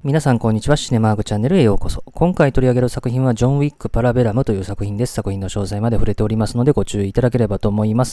皆さんこんにちは。シネマーグチャンネルへようこそ。今回取り上げる作品はジョン・ウィック・パラベラムという作品です。作品の詳細まで触れておりますのでご注意いただければと思います。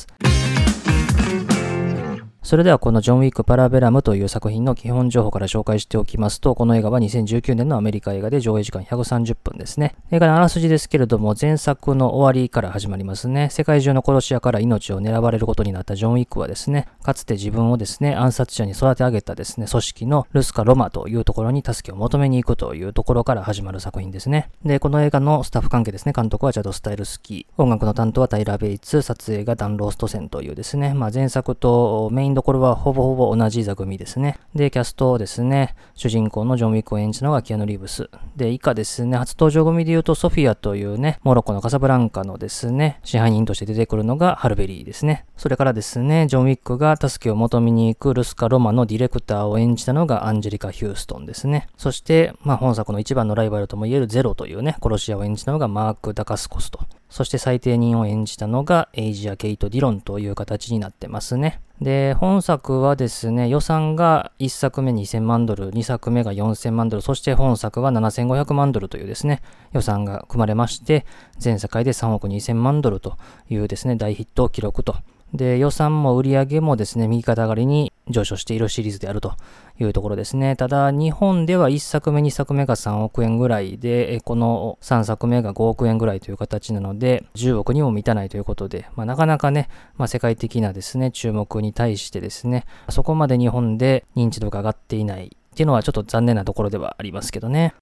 それではこのジョン・ウィック・パラベラムという作品の基本情報から紹介しておきますと、この映画は2019年のアメリカ映画で上映時間130分ですね。映画のあらすじですけれども、前作の終わりから始まりますね。世界中の殺し屋から命を狙われることになったジョン・ウィックはですね、かつて自分をですね、暗殺者に育て上げたですね、組織のルスカ・ロマというところに助けを求めに行くというところから始まる作品ですね。で、この映画のスタッフ関係ですね、監督はチャド・スタイルスキー、音楽の担当はタイラー・ベイツ、撮影がダン・ローストセンというですね、前作とメインどころはほぼ同じ座組ですね。で、キャストですね、主人公のジョン・ウィックを演じたのがキアヌ・リーブス。で、以下ですね、初登場組で言うとソフィアというね、モロッコのカサブランカのですね、支配人として出てくるのがハルベリーですね。それからですね、ジョン・ウィックが助けを求めに行くルスカ・ロマのディレクターを演じたのがアンジェリカ・ヒューストンですね。そして、本作の一番のライバルともいえるゼロというね、殺し屋を演じたのがマーク・ダカスコスと。そして最低人を演じたのがエイジア・ケイト・ディロンという形になってますね。で、本作はですね、予算が1作目2000万ドル、2作目が4000万ドル、そして本作は7500万ドルというですね、予算が組まれまして、全世界で3億2000万ドルというですね、大ヒットを記録と。で、予算も売り上げもですね、右肩上がりに上昇しているシリーズであるというところですね。ただ、日本では1作目、2作目が3億円ぐらいで、この3作目が5億円ぐらいという形なので、10億にも満たないということで、なかなかね、世界的なですね、注目に対してですね、そこまで日本で認知度が上がっていないっていうのはちょっと残念なところではありますけどね。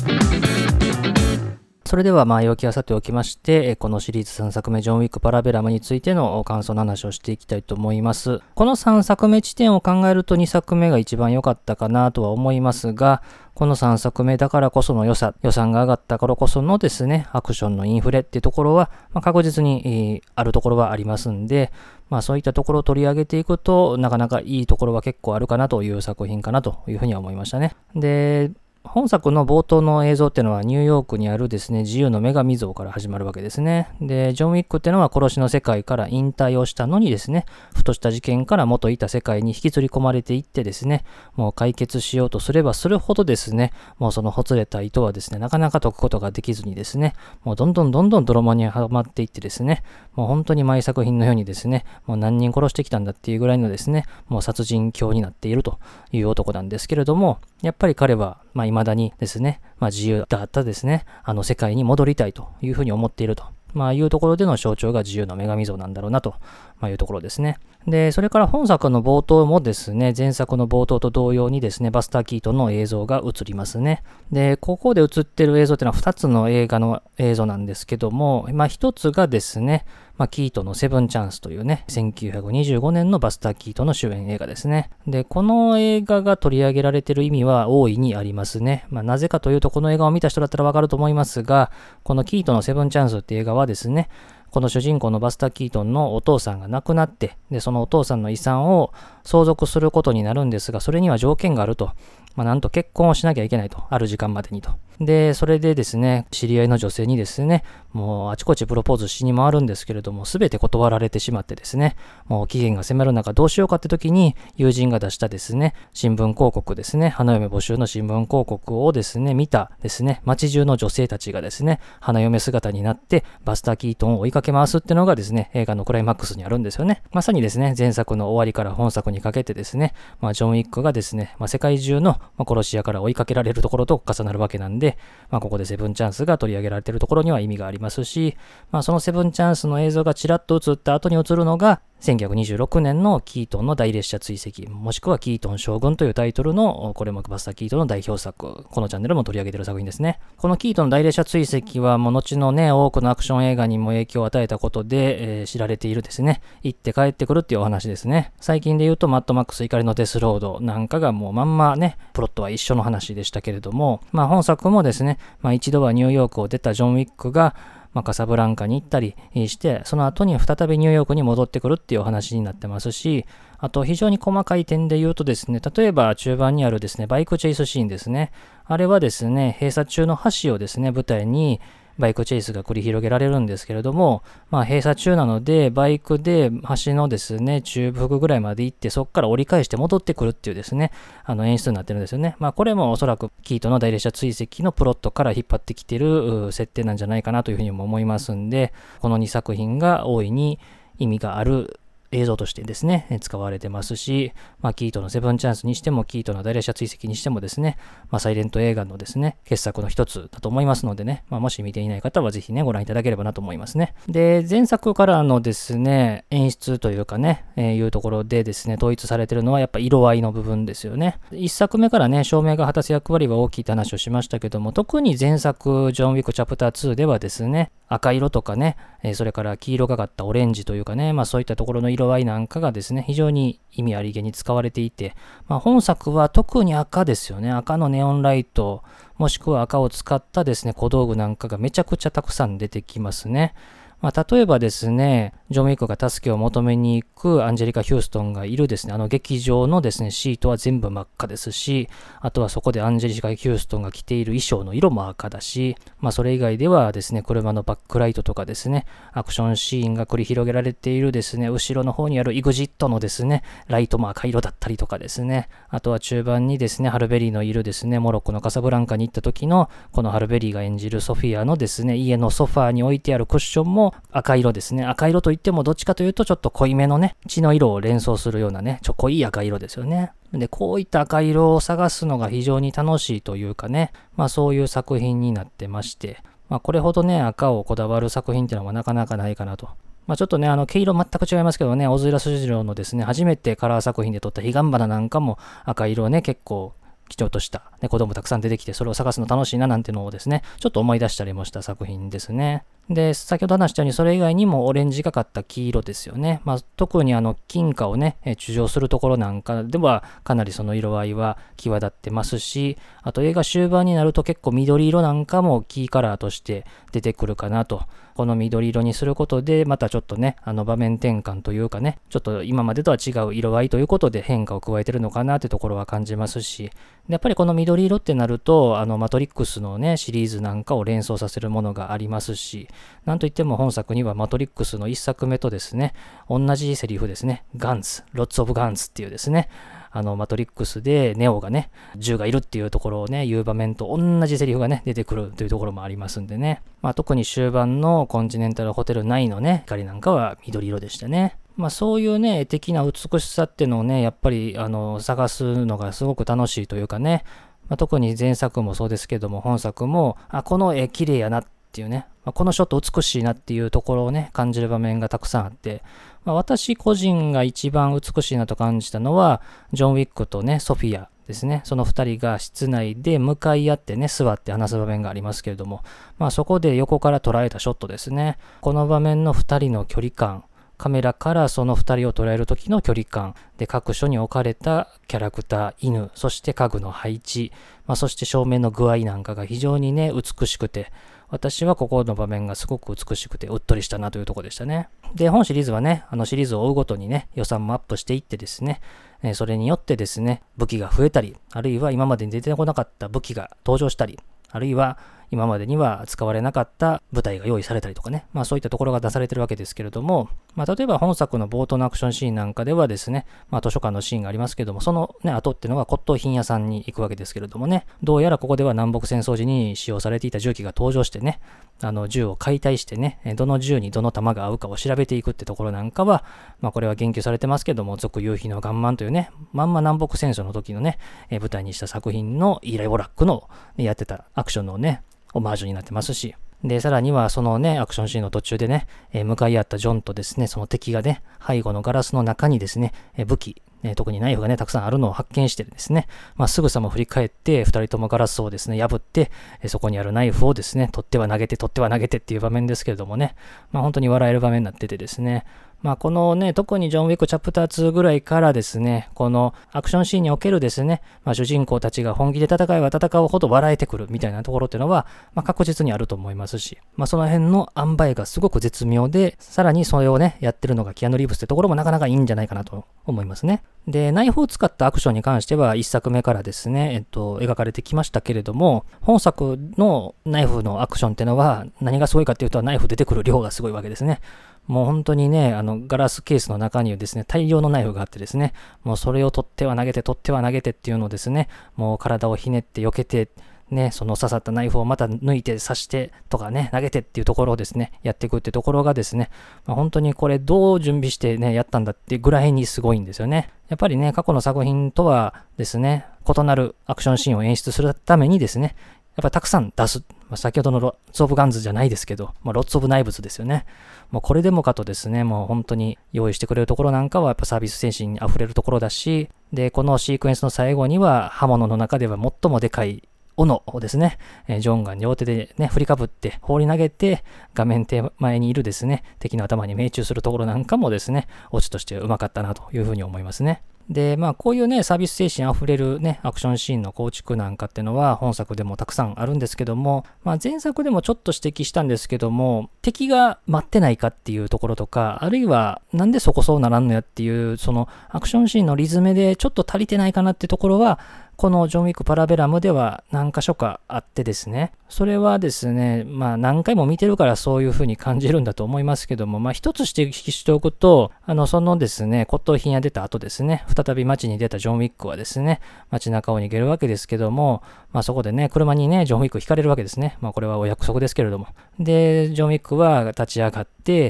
それでは前置きはさておきまして、このシリーズ3作目ジョン・ウィック・パラベラムについての感想の話をしていきたいと思います。この3作目地点を考えると2作目が一番良かったかなとは思いますが、この3作目だからこその良さ、予算が上がったからこそのですね、アクションのインフレっていうところは、確実に、あるところはありますんで、そういったところを取り上げていくと、なかなかいいところは結構あるかなという作品かなというふうには思いましたね。で、本作の冒頭の映像っていうのはニューヨークにあるですね、自由の女神像から始まるわけですね。で、ジョン・ウィックっていうのは殺しの世界から引退をしたのにですね、ふとした事件から元いた世界に引きずり込まれていってですね、もう解決しようとすればするほどですね、もうそのほつれた糸はですね、なかなか解くことができずにですね、もうどんどん泥棒にはまっていってですね、もう本当に毎作品のようにですね、もう何人殺してきたんだっていうぐらいのですね、もう殺人狂になっているという男なんですけれども、やっぱり彼は、未だにですね、自由だったですね、あの世界に戻りたいというふうに思っていると。いうところでの象徴が自由の女神像なんだろうなというところですね。で、それから本作の冒頭もですね、前作の冒頭と同様にですね、バスター・キートンの映像が映りますね。で、ここで映ってる映像っていうのは2つの映画の映像なんですけども、1つがですね、キートのセブンチャンスというね、1925年のバスター・キートの主演映画ですね。で、この映画が取り上げられている意味は大いにありますね。なぜかというと、この映画を見た人だったらわかると思いますが、このキートのセブンチャンスっていう映画はですね、この主人公のバスター・キートンのお父さんが亡くなって、で、そのお父さんの遺産を相続することになるんですが、それには条件があると。なんと結婚をしなきゃいけないと。ある時間までにと。で、それでですね、知り合いの女性にですね、もうあちこちプロポーズしに回るんですけれども、すべて断られてしまってですね、もう期限が迫る中どうしようかって時に、友人が出したですね、新聞広告ですね、花嫁募集の新聞広告をですね、見たですね、街中の女性たちがですね、花嫁姿になって、バスター・キートンを追いかけ回すっていうのがですね、映画のクライマックスにあるんですよね。まさにですね、前作の終わりから本作にかけてですね、ジョン・ウィックがですね、世界中の殺し屋から追いかけられるところと重なるわけなんで、ここでセブンチャンスが取り上げられているところには意味がありますし、そのセブンチャンスの映像がちらっと映った後に映るのが、1926年のキートンの大列車追跡、もしくはキートン将軍というタイトルの、これもバスター・キートンの代表作、このチャンネルも取り上げている作品ですね。このキートンの大列車追跡は、後のね、多くのアクション映画にも影響を与えたことで、知られているですね、行って帰ってくるっていうお話ですね。最近で言うと、マッドマックス怒りのデスロードなんかがもうまんまね、プロットは一緒の話でしたけれども、本作もですね、一度はニューヨークを出たジョン・ウィックが、カサブランカに行ったりして、その後に再びニューヨークに戻ってくるっていうお話になってますし、あと非常に細かい点で言うとですね、例えば中盤にあるですね、バイクチェイスシーンですね。あれはですね、閉鎖中の橋をですね、舞台に、 バイクチェイスが繰り広げられるんですけれども、閉鎖中なので、バイクで橋のですね、中腹ぐらいまで行って、そこから折り返して戻ってくるっていうですね、演出になってるんですよね。これもおそらくキートの大列車追跡のプロットから引っ張ってきてる設定なんじゃないかなというふうにも思いますんで、この2作品が大いに意味がある映像としてですね、使われてますし、キートのセブンチャンスにしても、キートの大列車追跡にしてもですね、サイレント映画のですね、傑作の一つだと思いますのでね、もし見ていない方はぜひね、ご覧いただければなと思いますね。で、前作からのですね、演出というかね、いうところでですね、統一されているのはやっぱ色合いの部分ですよね。一作目からね、照明が果たす役割は大きいって話をしましたけども、特に前作、ジョン・ウィックチャプター2ではですね、赤色とかね、それから黄色がかったオレンジというかね、そういったところの色合いなんかがですね、非常に意味ありげに使われていて、本作は特に赤ですよね。赤のネオンライト、もしくは赤を使ったですね、小道具なんかがめちゃくちゃたくさん出てきますね。例えばですね、ジョン・ウィックが助けを求めに行くアンジェリカ・ヒューストンがいるですね、劇場のですね、シートは全部真っ赤ですし、あとはそこでアンジェリカ・ヒューストンが着ている衣装の色も赤だし、それ以外ではですね、車のバックライトとかですね、アクションシーンが繰り広げられているですね、後ろの方にあるイグジットのですね、ライトも赤色だったりとかですね、あとは中盤にですね、ハルベリーのいるですね、モロッコのカサブランカに行った時の、このハルベリーが演じるソフィアのですね、家のソファーに置いてあるクッションも赤色ですね。赤色といってもどっちかというとちょっと濃いめのね、血の色を連想するようなね、濃い赤色ですよね。で、こういった赤色を探すのが非常に楽しいというかね、そういう作品になってまして、これほどね、赤をこだわる作品っていうのはなかなかないかなと。ちょっとね、毛色全く違いますけどね、小津浦筋郎のですね、初めてカラー作品で撮った彼岸花なんかも赤色をね、結構貴重とした、子供たくさん出てきて、それを探すの楽しいななんてのをですね、ちょっと思い出したりもした作品ですね。で、先ほど話したように、それ以外にもオレンジがかった黄色ですよね。特に金貨をね、鋳造するところなんかでは、かなりその色合いは際立ってますし、あと映画終盤になると結構緑色なんかもキーカラーとして出てくるかなと。この緑色にすることで、またちょっとね、場面転換というかね、ちょっと今までとは違う色合いということで変化を加えてるのかなってところは感じますし、でやっぱりこの緑色ってなると、マトリックスのね、シリーズなんかを連想させるものがありますし、なんといっても本作にはマトリックスの一作目とですね、同じセリフですね、ガンズ、ロッツオブガンズっていうですね、マトリックスでネオがね、銃がいるっていうところをね、言う場面と同じセリフがね、出てくるというところもありますんでね。特に終盤のコンチネンタルホテル9のね、光なんかは緑色でしたね。そういうね、絵的な美しさっていうのをね、やっぱり、探すのがすごく楽しいというかね、特に前作もそうですけども、本作も、この絵綺麗やなっていうね、このショット美しいなっていうところをね、感じる場面がたくさんあって、私個人が一番美しいなと感じたのは、ジョン・ウィックとね、ソフィアですね。その二人が室内で向かい合ってね、座って話す場面がありますけれども、そこで横から捉えたショットですね。この場面の二人の距離感、カメラからその二人を捉える時の距離感で、各所に置かれたキャラクター、犬、そして家具の配置、そして照明の具合なんかが非常にね、美しくて、私はここの場面がすごく美しくてうっとりしたなというところでしたね。で、本シリーズはね、シリーズを追うごとにね、予算もアップしていってですね、それによってですね、武器が増えたり、あるいは今までに出てこなかった武器が登場したり、あるいは今までには使われなかった舞台が用意されたりとかね、そういったところが出されてるわけですけれども、例えば本作の冒頭のアクションシーンなんかではですね、図書館のシーンがありますけども、そのね、後っていうのが骨董品屋さんに行くわけですけれどもね、どうやらここでは南北戦争時に使用されていた銃器が登場してね、銃を解体してね、どの銃にどの弾が合うかを調べていくってところなんかは、これは言及されてますけども、続夕日のガンマンというね、まんま南北戦争の時のね、舞台にした作品のイーライ・ウォラックのやってたアクションのね、オマージュになってますし、で、さらにはそのね、アクションシーンの途中でね、向かい合ったジョンとですね、その敵がね、背後のガラスの中にですね、武器、特にナイフがね、たくさんあるのを発見してですね、すぐさま振り返って、二人ともガラスをですね、破って、そこにあるナイフをですね、取っては投げてっていう場面ですけれどもね、本当に笑える場面になっててですね、 このね、特にジョン・ウィックチャプター2ぐらいからですね、このアクションシーンにおけるですね、主人公たちが本気で戦えば戦うほど笑えてくるみたいなところっていうのは、確実にあると思いますし、その辺の塩梅がすごく絶妙で、さらにそれをね、やってるのがキアヌ・リーブスってところもなかなかいいんじゃないかなと思いますね。で、ナイフを使ったアクションに関しては一作目からですね、描かれてきましたけれども、本作のナイフのアクションっていうのは何がすごいかっていうと、ナイフ出てくる量がすごいわけですね。もう本当にね、ガラスケースの中にはですね、大量のナイフがあってですね、もうそれを取っては投げて、取っては投げてっていうのをですね、もう体をひねって避けて、ね、その刺さったナイフをまた抜いて刺してとかね、投げてっていうところをですね、やっていくっていうところがですね、本当にこれどう準備してね、やったんだっていうぐらいにすごいんですよね。やっぱりね、過去の作品とはですね、異なるアクションシーンを演出するためにですね、やっぱりたくさん出す。先ほどのロッツ・オブ・ガンズじゃないですけど、ロッツ・オブ・ナイブズですよね。もうこれでもかとですね、もう本当に用意してくれるところなんかはやっぱサービス精神に溢れるところだし、で、このシークエンスの最後には刃物の中では最もでかい斧をですね、ジョンが両手でね、振りかぶって放り投げて、画面手前にいるですね、敵の頭に命中するところなんかもですね、オチとしてうまかったなというふうに思いますね。で、こういうね、サービス精神あふれるね、アクションシーンの構築なんかっていうのは本作でもたくさんあるんですけども、前作でもちょっと指摘したんですけども、敵が待ってないかっていうところとか、あるいはなんでそこそうならんのやっていう、そのアクションシーンのリズムでちょっと足りてないかなっていうところは、このジョン・ウィック・パラベラムでは何箇所かあってですね、それはですね、何回も見てるからそういう風に感じるんだと思いますけども、一つ指摘しておくと、そのですね、骨董品屋出た後ですね、再び街に出たジョン・ウィックはですね、街中を逃げるわけですけども、そこでね、車にね、ジョン・ウィック引かれるわけですね。これはお約束ですけれども。で、ジョン・ウィックは立ち上がって、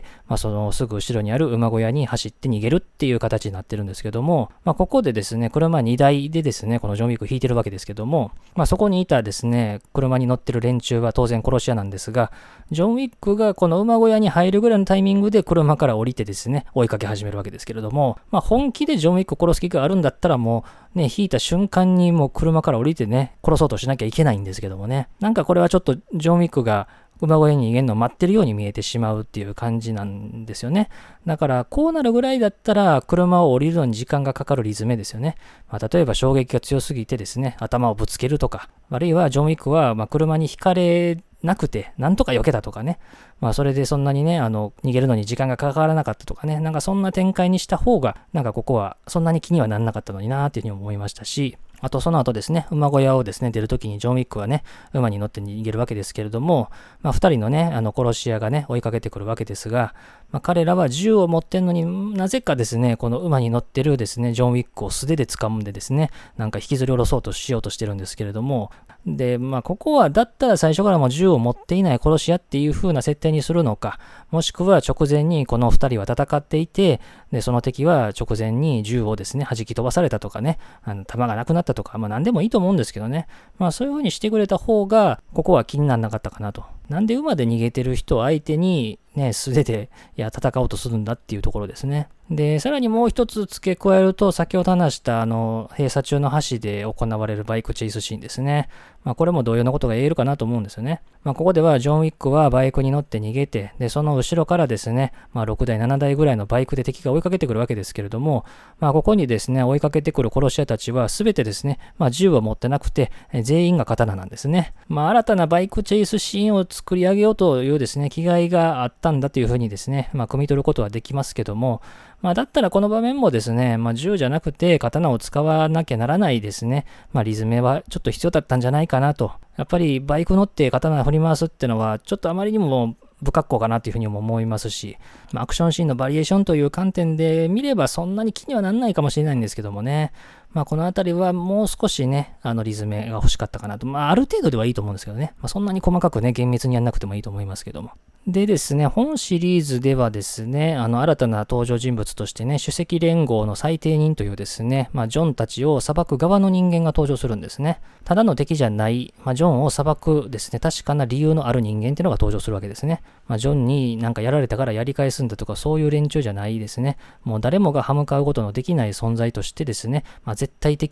そのすぐ後ろにある馬小屋に走って逃げるっていう形になってるんですけども、ここでですね、車2台でですね、このジョン・ウィック引いてるわけですけども、そこにいたですね、車に乗ってる連中は当然殺し屋なんですが、ジョン・ウィックがこの馬小屋に入るぐらいのタイミングで車から降りてですね、追いかけ始めるわけですけれども、本気でジョン・ウィック殺す気があるんだったらもうね、引いた瞬間にもう車から降りてね、殺そうとしなきゃいけないんですけどもね、なんかこれはちょっとジョン・ウィックが馬小屋に逃げるのを待ってるように見えてしまうっていう感じなんですよね。だからこうなるぐらいだったら車を降りるのに時間がかかるリズムですよね。例えば衝撃が強すぎてですね、頭をぶつけるとか、あるいはジョン・ウィックは車にひかれなくて、なんとか避けたとかね。それでそんなにね、逃げるのに時間がかからなかったとかね。なんかそんな展開にした方が、なんかここはそんなに気にはならなかったのになーっていうふうに思いましたし、あとその後ですね、馬小屋をですね、出るときにジョン・ウィックはね、馬に乗って逃げるわけですけれども、二人のね、殺し屋がね、追いかけてくるわけですが、彼らは銃を持ってんのになぜかですね、この馬に乗ってるですね、ジョン・ウィックを素手で掴んでですね、なんか引きずり下ろそうとしようとしてるんですけれども、で、ここはだったら最初からも銃を持っていない殺し屋っていう風な設定にするのか、もしくは直前にこの二人は戦っていて、で、その敵は直前に銃をですね、弾き飛ばされたとかね、弾がなくなったとか、何でもいいと思うんですけどね。そういう風にしてくれた方が、ここは気にならなかったかなと。なんで馬で逃げてる人を相手に、ね、素手で、戦おうとするんだっていうところですね。で、さらにもう一つ付け加えると、先ほど話した閉鎖中の橋で行われるバイクチェイスシーンですね。これも同様のことが言えるかなと思うんですよね。ここではジョン・ウィックはバイクに乗って逃げて、で、その後ろからですね、6台、7台ぐらいのバイクで敵が追いかけてくるわけですけれども、ここにですね、追いかけてくる殺し屋たちは全てですね、銃を持ってなくて、全員が刀なんですね。新たなバイクチェイスシーンを作り上げようというですね、気概があったんだというふうにですね、汲み取ることはできますけども、だったらこの場面もですね、銃じゃなくて刀を使わなきゃならないですね、リズムはちょっと必要だったんじゃないかなと。やっぱりバイク乗って刀を振り回すってのは、ちょっとあまりにも不格好かなというふうにも思いますし、アクションシーンのバリエーションという観点で見ればそんなに気にはならないかもしれないんですけどもね。このあたりはもう少しね、リズムが欲しかったかなと。ある程度ではいいと思うんですけどね。そんなに細かくね、厳密にやんなくてもいいと思いますけども。でですね、本シリーズではですね、新たな登場人物としてね、首席連合の裁定人というですね、ジョンたちを裁く側の人間が登場するんですね。ただの敵じゃない、ジョンを裁くですね、確かな理由のある人間っていうのが登場するわけですね。ジョンになんかやられたからやり返すんだとか、そういう連中じゃないですね。もう誰もが歯向かうことのできない存在としてですね、絶対的な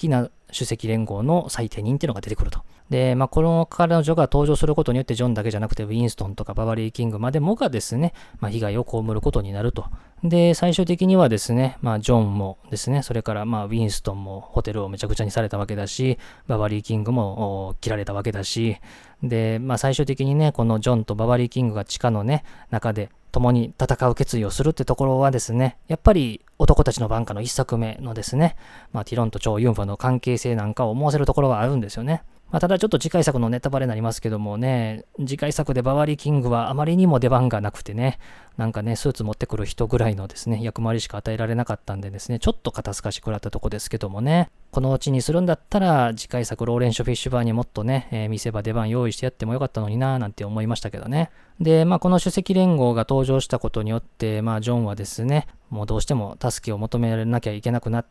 首席連合の最低人っていうのが出てくると。で、この彼女が登場することによってジョンだけじゃなくてウィンストンとかババリー・キングまでもがですね、被害を被ることになると。で、最終的にはですね、ジョンもですね、それからウィンストンもホテルをめちゃくちゃにされたわけだし、ババリー・キングも切られたわけだし、で、最終的にね、このジョンとババリー・キングが地下のね、中で共に戦う決意をするってところはですね、やっぱり男たちの挽回の一作目のですね、ティロンとチョウ・ユンファの関係性なんかを思わせるところはあるんですよね。ただちょっと次回作のネタバレになりますけどもね、次回作でババリー・キングはあまりにも出番がなくてね、なんかね、スーツ持ってくる人ぐらいのですね、役回りしか与えられなかったんでですね、ちょっと肩透かし食らったとこですけどもね、このうちにするんだったら、次回作ローレンショ・フィッシュバーにもっとね、見せ場出番用意してやってもよかったのになぁなんて思いましたけどね。で、この首席連合が登場したことによって、ジョンはですね、もうどうしても助けを求めなきゃいけなくなって、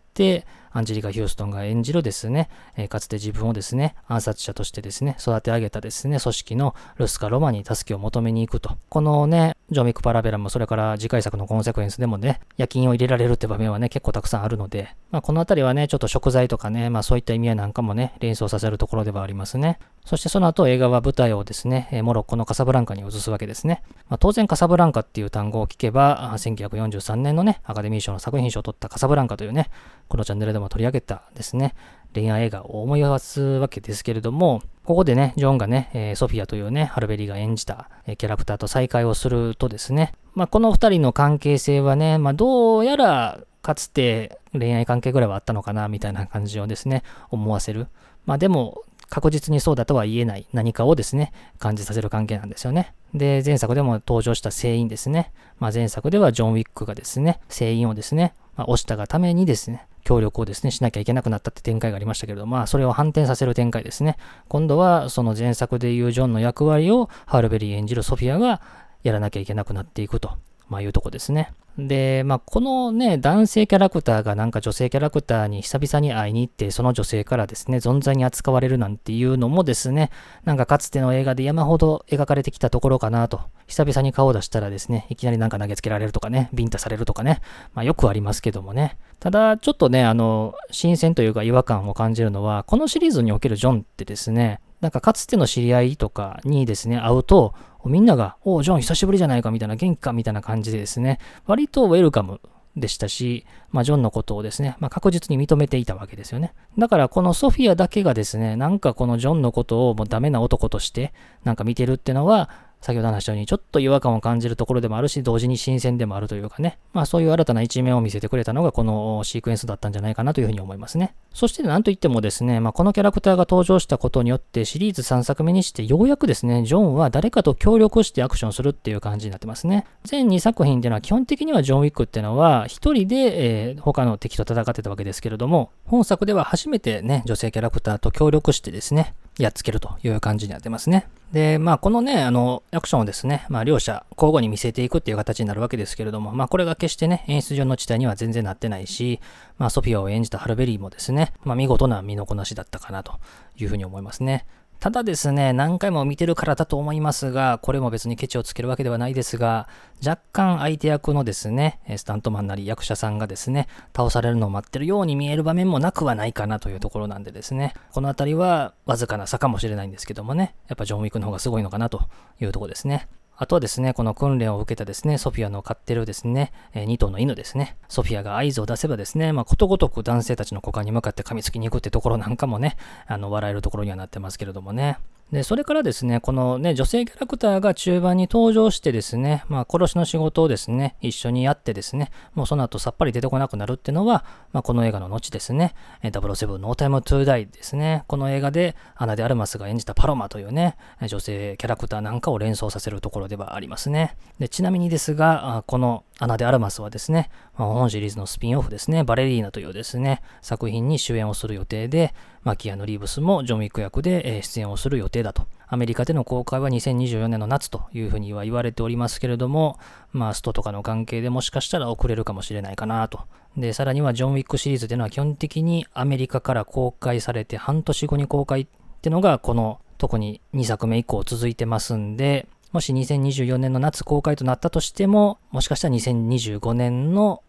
アンジェリカ・ヒューストンが演じるですね、かつて自分をですね、暗殺者としてですね、育て上げたですね、組織のルスカ・ロマに助けを求めに行くと。このね、ジョン・ウィック・パラベラもそれから次回作のコンセクエンスでもね、夜勤を入れられるって場面はね、結構たくさんあるので、このあたりはね、ちょっと食材とかね、そういった意味合いなんかもね、連想させるところではありますね。そしてその後映画は舞台をですね、モロッコのカサブランカに移すわけですね。当然カサブランカっていう単語を聞けば、1943年のね、アカデミー賞の作品賞を取ったカサブランカというね、このチャンネルでも取り上げたですね、恋愛映画を思い出すわけですけれども、ここでね、ジョンがね、ソフィアというね、ハルベリーが演じたキャラクターと再会をするとですね、この二人の関係性はね、どうやらかつて恋愛関係ぐらいはあったのかな、みたいな感じをですね、思わせる。でも、確実にそうだとは言えない何かをですね、感じさせる関係なんですよね。で、前作でも登場した船員ですね。前作ではジョン・ウィックがですね、船員をですね、押したがためにですね、協力をですね、しなきゃいけなくなったって展開がありましたけれど、それを反転させる展開ですね。今度はその前作でいうジョンの役割をハールベリー演じるソフィアがやらなきゃいけなくなっていくと、いうとこですね。で、このね、男性キャラクターがなんか女性キャラクターに久々に会いに行って、その女性からですね、存在に扱われるなんていうのもですね、なんかかつての映画で山ほど描かれてきたところかなと。久々に顔を出したらですね、いきなりなんか投げつけられるとかね、ビンタされるとかね、よくありますけどもね。ただ、ちょっとね、新鮮というか違和感を感じるのは、このシリーズにおけるジョンってですね、なんかかつての知り合いとかにですね、会うと、みんなが、おう、ジョン久しぶりじゃないかみたいな、元気かみたいな感じでですね、割とウェルカムでしたし、ジョンのことをですね、確実に認めていたわけですよね。だからこのソフィアだけがですね、なんかこのジョンのことをもうダメな男としてなんか見てるってのは、先ほど話したようにちょっと違和感を感じるところでもあるし、同時に新鮮でもあるというかね、そういう新たな一面を見せてくれたのがこのシークエンスだったんじゃないかなというふうに思いますね。そして何といってもですね、このキャラクターが登場したことによってシリーズ3作目にしてようやくですね、ジョンは誰かと協力してアクションするっていう感じになってますね。全2作品っていうのは基本的にはジョン・ウィックっていうのは一人で、他の敵と戦ってたわけですけれども、本作では初めてね、女性キャラクターと協力してですね、やっつけるという感じになってますね。で、このね、アクションをですね、両者交互に見せていくっていう形になるわけですけれども、これが決してね、演出上の地帯には全然なってないし、ソフィアを演じたハルベリーもですね、見事な身のこなしだったかなというふうに思いますね。ただですね、何回も見てるからだと思いますが、これも別にケチをつけるわけではないですが、若干相手役のですね、スタントマンなり役者さんがですね、倒されるのを待ってるように見える場面もなくはないかなというところなんでですね、このあたりはわずかな差かもしれないんですけどもね、やっぱジョン・ウィックの方がすごいのかなというところですね。あとはですね、この訓練を受けたですね、ソフィアの飼ってるですね、2頭の犬ですね。ソフィアが合図を出せばですね、ことごとく男性たちの股間に向かって噛みつきに行くってところなんかもね、笑えるところにはなってますけれどもね。で、それからですね、このね、女性キャラクターが中盤に登場してですね、殺しの仕事をですね、一緒にやってですね、もうその後さっぱり出てこなくなるっていうのは、この映画の後ですね、007 No Time to Die ですね、この映画でアナ・デ・アルマスが演じたパロマというね、女性キャラクターなんかを連想させるところではありますね。で、ちなみにですが、このアナ・デ・アルマスはですね、本シリーズのスピンオフですね、バレリーナというですね、作品に主演をする予定で、キアヌ・リーブスもジョン・ウィック役で出演をする予定だと。アメリカでの公開は2024年の夏というふうには言われておりますけれども、ストとかの関係でもしかしたら遅れるかもしれないかなと。で、さらにはジョン・ウィックシリーズというのは基本的にアメリカから公開されて半年後に公開っていうのがこの特に2作目以降続いてますんで、もし2024年の夏公開となったとしても、もしかしたら2025年の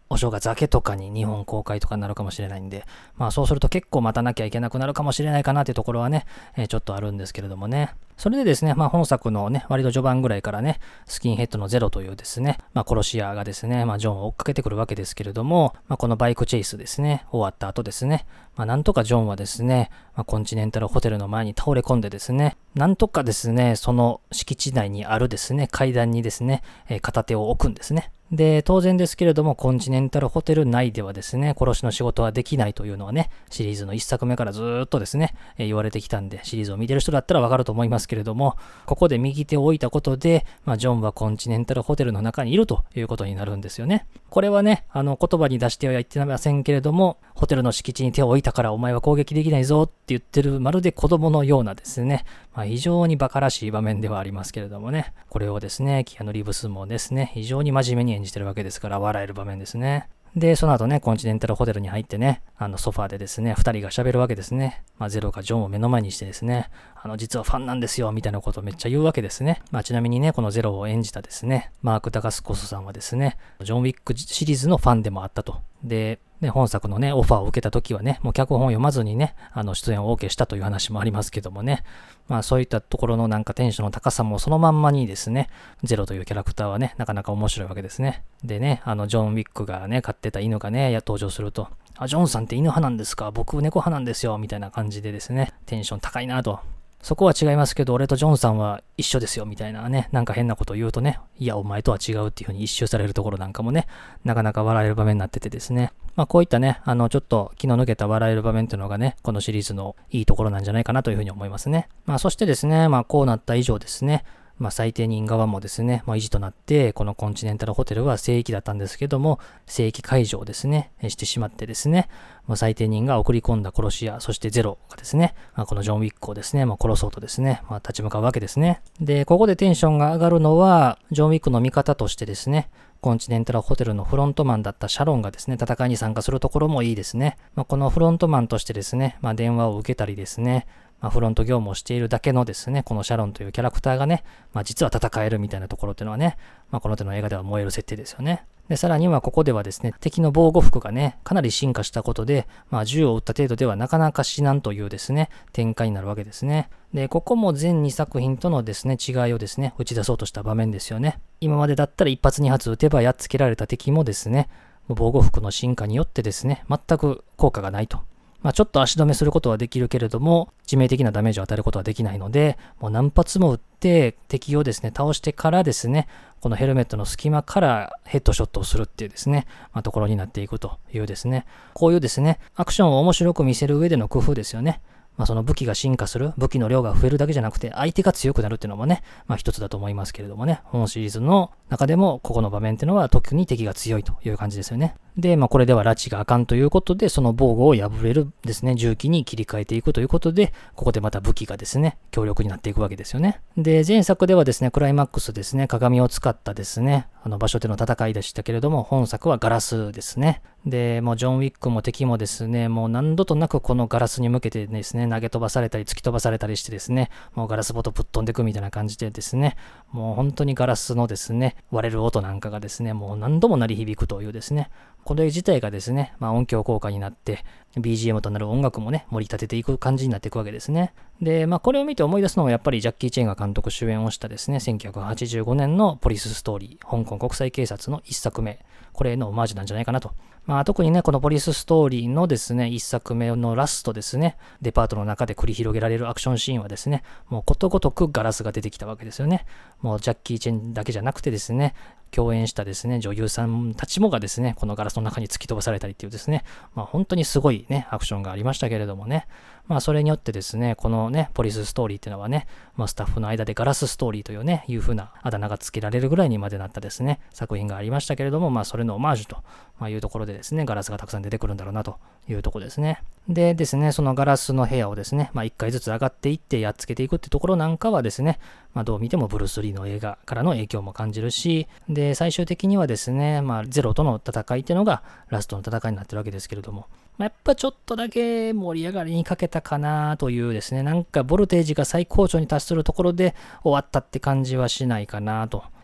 お正月明けとかに日本公開とかになるかもしれないんで、そうすると結構待たなきゃいけなくなるかもしれないかなっていうところはね、ちょっとあるんですけれどもね。それでですね、本作のね、割と序盤ぐらいからね、スキンヘッドのゼロというですね、殺し屋がですね、ジョンを追っかけてくるわけですけれども、このバイクチェイスですね、終わった後ですね、なんとかジョンはですね、コンチネンタルホテルの前に倒れ込んでですね、なんとかですね、その敷地内にあるですね、階段にですね、片手を置くんですね。で、当然ですけれども、コンチネンタルホテル内ではですね、殺しの仕事はできないというのはね、シリーズの1作目からずーっとですね、言われてきたんで、シリーズを見てる人だったらわかると思いますけれども、ここで右手を置いたことで、ジョンはコンチネンタルホテルの中にいるということになるんですよね。これはね、言葉に出しては言ってませんけれども、ホテルの敷地に手を置いたからお前は攻撃できないぞって言ってる、まるで子供のようなですね、非常にバカらしい場面ではありますけれどもね、これをですね、キアヌ・リーブスもですね、非常に真面目に演じてるわけですから笑える場面ですね。で、その後ね、コンチネンタルホテルに入ってね、ソファーでですね、二人が喋るわけですね。ゼロがジョンを目の前にしてですね、実はファンなんですよ、みたいなことをめっちゃ言うわけですね。ちなみにね、このゼロを演じたですね、マーク・ダガスコスさんはですね、ジョン・ウィックシリーズのファンでもあったと。で、本作のね、オファーを受けた時はね、もう脚本を読まずにね、出演を OK したという話もありますけどもね。そういったところのなんかテンションの高さもそのまんまにですね、ゼロというキャラクターはね、なかなか面白いわけですね。でね、ジョン・ウィックがね、飼ってた犬がね、登場すると、ジョンさんって犬派なんですか？僕猫派なんですよ、みたいな感じでですね、テンション高いなと。そこは違いますけど、俺とジョンさんは一緒ですよ、みたいなね、なんか変なことを言うとね、いや、お前とは違うっていう風に一周されるところなんかもね、なかなか笑える場面になっててですね。こういったね、ちょっと気の抜けた笑える場面というのがね、このシリーズのいいところなんじゃないかなという風に思いますね。そしてですね、こうなった以上ですね、最低人側もですね、維持となって、このコンチネンタルホテルは聖域だったんですけども、聖域解除をですね、してしまってですね、最低人が送り込んだ殺し屋、そしてゼロがですね、このジョン・ウィックをですね、殺そうとですね、立ち向かうわけですね。で、ここでテンションが上がるのは、ジョン・ウィックの味方としてですね、コンチネンタルホテルのフロントマンだったシャロンがですね、戦いに参加するところもいいですね。このフロントマンとしてですね、電話を受けたりですね、フロント業務をしているだけのですね、このシャロンというキャラクターがね、実は戦えるみたいなところっていうのはね、この手の映画では燃える設定ですよね。で、さらにはここではですね、敵の防護服がね、かなり進化したことで、銃を撃った程度ではなかなか死なんというですね、展開になるわけですね。で、ここも全2作品とのですね、違いをですね、打ち出そうとした場面ですよね。今までだったら一発二発撃てばやっつけられた敵もですね、防護服の進化によってですね、全く効果がないと。ちょっと足止めすることはできるけれども、致命的なダメージを与えることはできないので、もう何発も撃って敵をですね、倒してからですね、このヘルメットの隙間からヘッドショットをするっていうですね、ところになっていくというですね、こういうですね、アクションを面白く見せる上での工夫ですよね。その武器が進化する、武器の量が増えるだけじゃなくて、相手が強くなるっていうのもね、一つだと思いますけれどもね、本シリーズの中でも、ここの場面っていうのは特に敵が強いという感じですよね。で、これでは拉致があかんということで、その防護を破れるですね、銃器に切り替えていくということで、ここでまた武器がですね、強力になっていくわけですよね。で、前作ではですね、クライマックスですね、鏡を使ったですね、場所での戦いでしたけれども、本作はガラスですね。で、もうジョン・ウィックも敵もですね、もう何度となくこのガラスに向けてですね、投げ飛ばされたり突き飛ばされたりしてですね、もうガラスごとぶっ飛んでいくみたいな感じでですね、もう本当にガラスのですね、割れる音なんかがですね、もう何度も鳴り響くというですね、これ自体がですね、音響効果になって、BGM となる音楽もね、盛り立てていく感じになっていくわけですね。で、これを見て思い出すのはやっぱりジャッキー・チェンが監督主演をしたですね、1985年のポリスストーリー、香港国際警察の一作目、これのオマージュなんじゃないかなと。特にね、このポリスストーリーのですね、一作目のラストですね、デパートの中で繰り広げられるアクションシーンはですね、もうことごとくガラスが出てきたわけですよね。もうジャッキー・チェンだけじゃなくてですね、共演したですね、女優さんたちもがですね、このガラスの中に突き飛ばされたりっていうですね、本当にすごいね、アクションがありましたけれどもね、それによってですね、このね、ポリスストーリーっていうのはね、スタッフの間でガラスストーリーというね、いう風なあだ名が付けられるぐらいにまでなったですね、作品がありましたけれども、それのオマージュというところでですね、ガラスがたくさん出てくるんだろうなというところですね。でですね、そのガラスの部屋をですね、1回ずつ上がっていってやっつけていくってところなんかはですね、どう見てもブルース・リーの映画からの影響も感じるし、で、最終的にはですね、ゼロとの戦いっていうのがラストの戦いになってるわけですけれども、やっぱちょっとだけ盛り上がりに欠けたかなというですね、なんかボルテージが最高潮に達するところで終わったって感じはしないかなと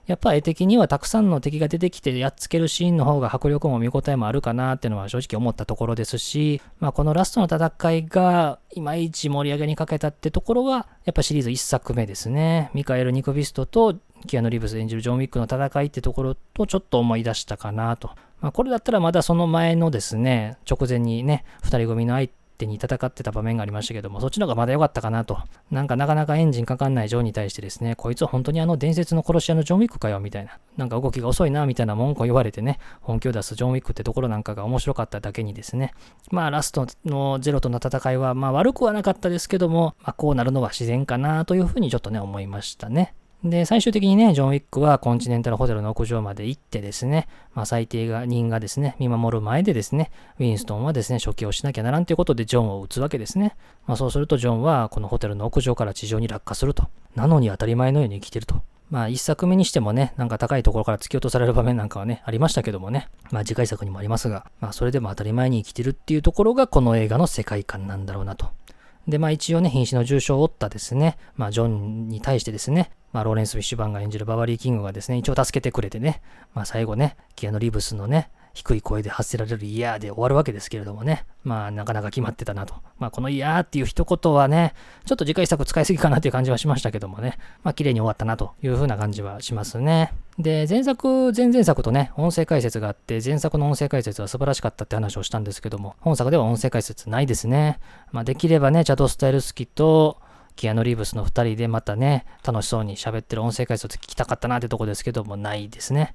やっぱ絵的にはたくさんの敵が出てきてやっつけるシーンの方が迫力も見応えもあるかなっていうのは正直思ったところですし、このラストの戦いがいまいち盛り上げにかけたってところは、やっぱシリーズ1作目ですね。ミカエル・ニクビストとキアヌ・リーブス演じるジョン・ウィックの戦いってところとちょっと思い出したかなと。これだったらまだその前のですね、直前にね、2人組の相手に戦ってた場面がありましたけども、そっちの方がまだ良かったかなと。なかなかエンジンかかんないジョンに対してですね、こいつは本当に伝説の殺し屋のジョン・ウィックかよみたいな、なんか動きが遅いなみたいな文句を言われてね、本気を出すジョン・ウィックってところなんかが面白かっただけにですね、ラストのゼロとの戦いは悪くはなかったですけども、こうなるのは自然かなというふうにちょっとね、思いましたね。で、最終的にね、ジョン・ウィックはコンチネンタルホテルの屋上まで行ってですね、最低人がですね、見守る前でですね、ウィンストンはですね、処刑をしなきゃならんということでジョンを撃つわけですね。そうするとジョンはこのホテルの屋上から地上に落下すると。なのに当たり前のように生きてると。一作目にしてもね、なんか高いところから突き落とされる場面なんかはね、ありましたけどもね。次回作にもありますが、それでも当たり前に生きてるっていうところがこの映画の世界観なんだろうなと。で、一応ね、瀕死の重傷を負ったですね、ジョンに対してですね、ローレンス・フィッシュバーンが演じるババリー・キングがですね、一応助けてくれてね、最後ね、キアヌ・リーブスのね、低い声で発せられるイヤーで終わるわけですけれどもね、なかなか決まってたなと。このイヤーっていう一言はね、ちょっと次回作使いすぎかなっていう感じはしましたけどもね、綺麗に終わったなという風な感じはしますね。で、前々作とね、音声解説があって、前作の音声解説は素晴らしかったって話をしたんですけども、本作では音声解説ないですね。できればね、チャド・スタイルスキとキアヌ・リーブスの2人でまたね、楽しそうに喋ってる音声解説聞きたかったなってとこですけども、ないですね。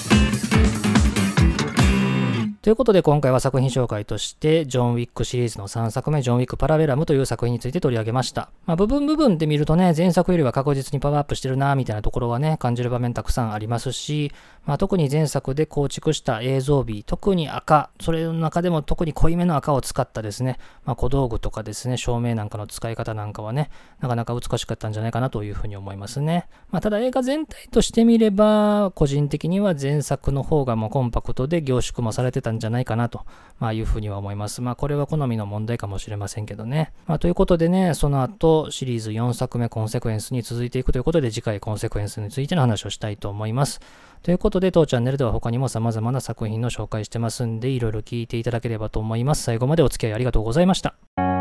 ということで今回は作品紹介としてジョン・ウィックシリーズの3作目ジョン・ウィック・パラベラムという作品について取り上げました。部分で見るとね、前作よりは確実にパワーアップしてるなみたいなところはね、感じる場面たくさんありますし、特に前作で構築した映像美、特に赤、それの中でも特に濃いめの赤を使ったですね、小道具とかですね、照明なんかの使い方なんかはね、なかなか美しかったんじゃないかなというふうに思いますね。ただ映画全体として見れば、個人的には前作の方がもうコンパクトで凝縮もされてたんじゃないかなと、いうふうには思います。これは好みの問題かもしれませんけどね。ということでね、その後シリーズ4作目コンセクエンスに続いていくということで、次回コンセクエンスについての話をしたいと思います。ということで、当チャンネルでは他にも様々な作品の紹介してますんで、いろいろ聞いていただければと思います。最後までお付き合いありがとうございました。